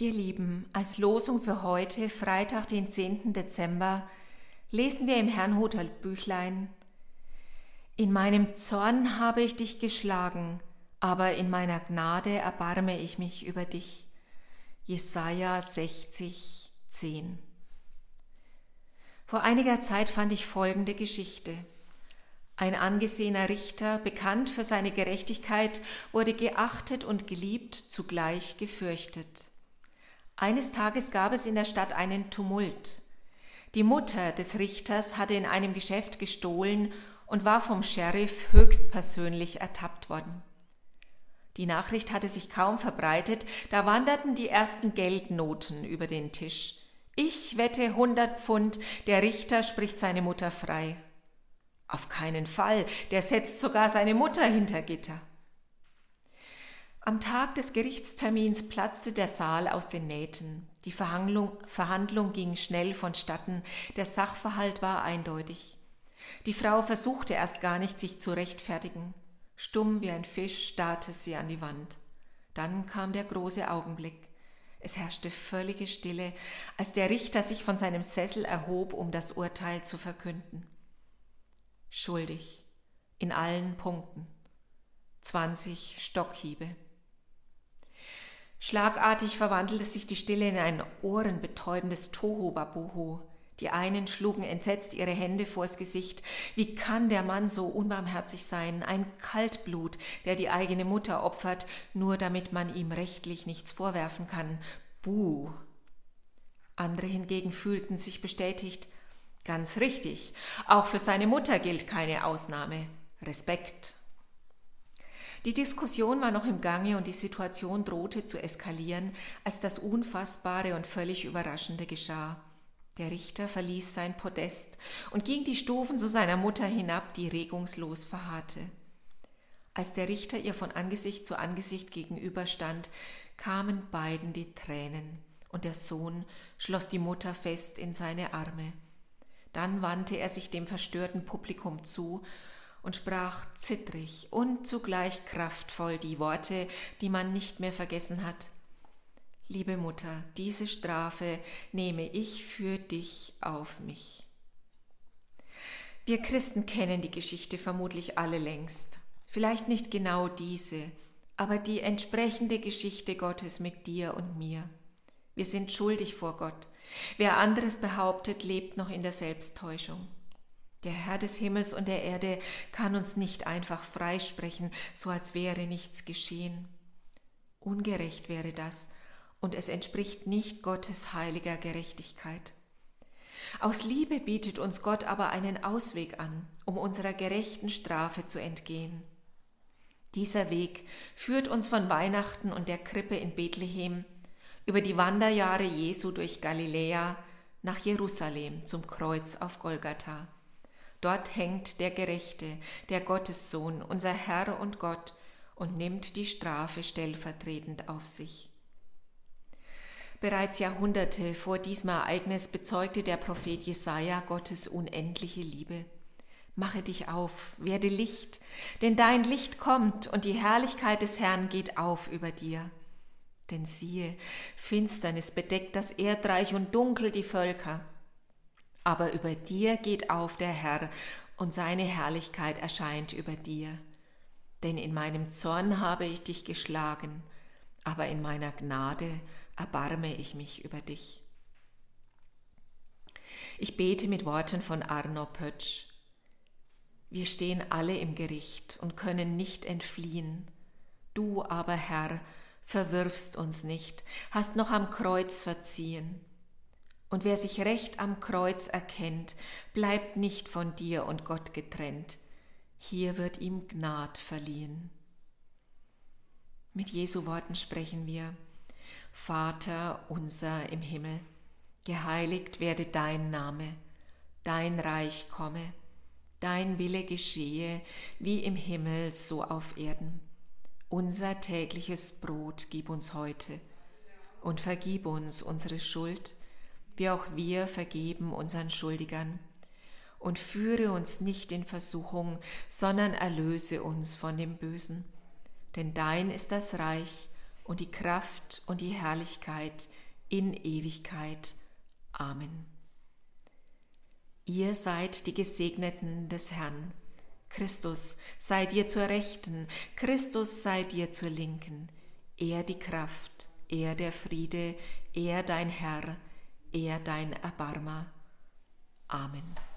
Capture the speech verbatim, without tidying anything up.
Ihr Lieben, als Losung für heute, Freitag, den zehnten Dezember, lesen wir im Herrnhuter Büchlein: In meinem Zorn habe ich dich geschlagen, aber in meiner Gnade erbarme ich mich über dich. Jesaja sechzig, zehn. Vor einiger Zeit fand ich folgende Geschichte. Ein angesehener Richter, bekannt für seine Gerechtigkeit, wurde geachtet und geliebt, zugleich gefürchtet. Eines Tages gab es in der Stadt einen Tumult. Die Mutter des Richters hatte in einem Geschäft gestohlen und war vom Sheriff höchstpersönlich ertappt worden. Die Nachricht hatte sich kaum verbreitet, da wanderten die ersten Geldnoten über den Tisch. Ich wette hundert Pfund, der Richter spricht seine Mutter frei. Auf keinen Fall, der setzt sogar seine Mutter hinter Gitter. Am Tag des Gerichtstermins platzte der Saal aus den Nähten. Die Verhandlung, Verhandlung ging schnell vonstatten, der Sachverhalt war eindeutig. Die Frau versuchte erst gar nicht, sich zu rechtfertigen. Stumm wie ein Fisch starrte sie an die Wand. Dann kam der große Augenblick. Es herrschte völlige Stille, als der Richter sich von seinem Sessel erhob, um das Urteil zu verkünden. Schuldig, in allen Punkten. Zwanzig Stockhiebe. Schlagartig verwandelte sich die Stille in ein ohrenbetäubendes Tohuwabohu. Die einen schlugen entsetzt ihre Hände vors Gesicht. Wie kann der Mann so unbarmherzig sein? Ein Kaltblut, der die eigene Mutter opfert, nur damit man ihm rechtlich nichts vorwerfen kann. Buh! Andere hingegen fühlten sich bestätigt. Ganz richtig, auch für seine Mutter gilt keine Ausnahme. Respekt. Die Diskussion war noch im Gange und die Situation drohte zu eskalieren, als das Unfassbare und völlig Überraschende geschah. Der Richter verließ sein Podest und ging die Stufen zu seiner Mutter hinab, die regungslos verharrte. Als der Richter ihr von Angesicht zu Angesicht gegenüberstand, kamen beiden die Tränen, und der Sohn schloss die Mutter fest in seine Arme. Dann wandte er sich dem verstörten Publikum zu und sprach zittrig und zugleich kraftvoll die Worte, die man nicht mehr vergessen hat. Liebe Mutter, diese Strafe nehme ich für dich auf mich. Wir Christen kennen die Geschichte vermutlich alle längst. Vielleicht nicht genau diese, aber die entsprechende Geschichte Gottes mit dir und mir. Wir sind schuldig vor Gott. Wer anderes behauptet, lebt noch in der Selbsttäuschung. Der Herr des Himmels und der Erde kann uns nicht einfach freisprechen, so als wäre nichts geschehen. Ungerecht wäre das, und es entspricht nicht Gottes heiliger Gerechtigkeit. Aus Liebe bietet uns Gott aber einen Ausweg an, um unserer gerechten Strafe zu entgehen. Dieser Weg führt uns von Weihnachten und der Krippe in Bethlehem über die Wanderjahre Jesu durch Galiläa nach Jerusalem zum Kreuz auf Golgatha. Dort hängt der Gerechte, der Gottessohn, unser Herr und Gott, und nimmt die Strafe stellvertretend auf sich. Bereits Jahrhunderte vor diesem Ereignis bezeugte der Prophet Jesaja Gottes unendliche Liebe. Mache dich auf, werde Licht, denn dein Licht kommt und die Herrlichkeit des Herrn geht auf über dir. Denn siehe, Finsternis bedeckt das Erdreich und dunkel die Völker. Aber über dir geht auf der Herr, und seine Herrlichkeit erscheint über dir. Denn in meinem Zorn habe ich dich geschlagen, aber in meiner Gnade erbarme ich mich über dich. Ich bete mit Worten von Arno Pötsch. Wir stehen alle im Gericht und können nicht entfliehen. Du aber, Herr, verwirfst uns nicht, hast noch am Kreuz verziehen. Und wer sich recht am Kreuz erkennt, bleibt nicht von dir und Gott getrennt. Hier wird ihm Gnad verliehen. Mit Jesu Worten sprechen wir: Vater unser im Himmel, geheiligt werde dein Name, dein Reich komme, dein Wille geschehe, wie im Himmel so auf Erden. Unser tägliches Brot gib uns heute und vergib uns unsere Schuld, wie auch wir vergeben unseren Schuldigern. Und führe uns nicht in Versuchung, sondern erlöse uns von dem Bösen. Denn dein ist das Reich und die Kraft und die Herrlichkeit in Ewigkeit. Amen. Ihr seid die Gesegneten des Herrn. Christus sei dir zur Rechten, Christus sei dir zur Linken. Er die Kraft, er der Friede, er dein Herr, er dein Erbarmer. Amen.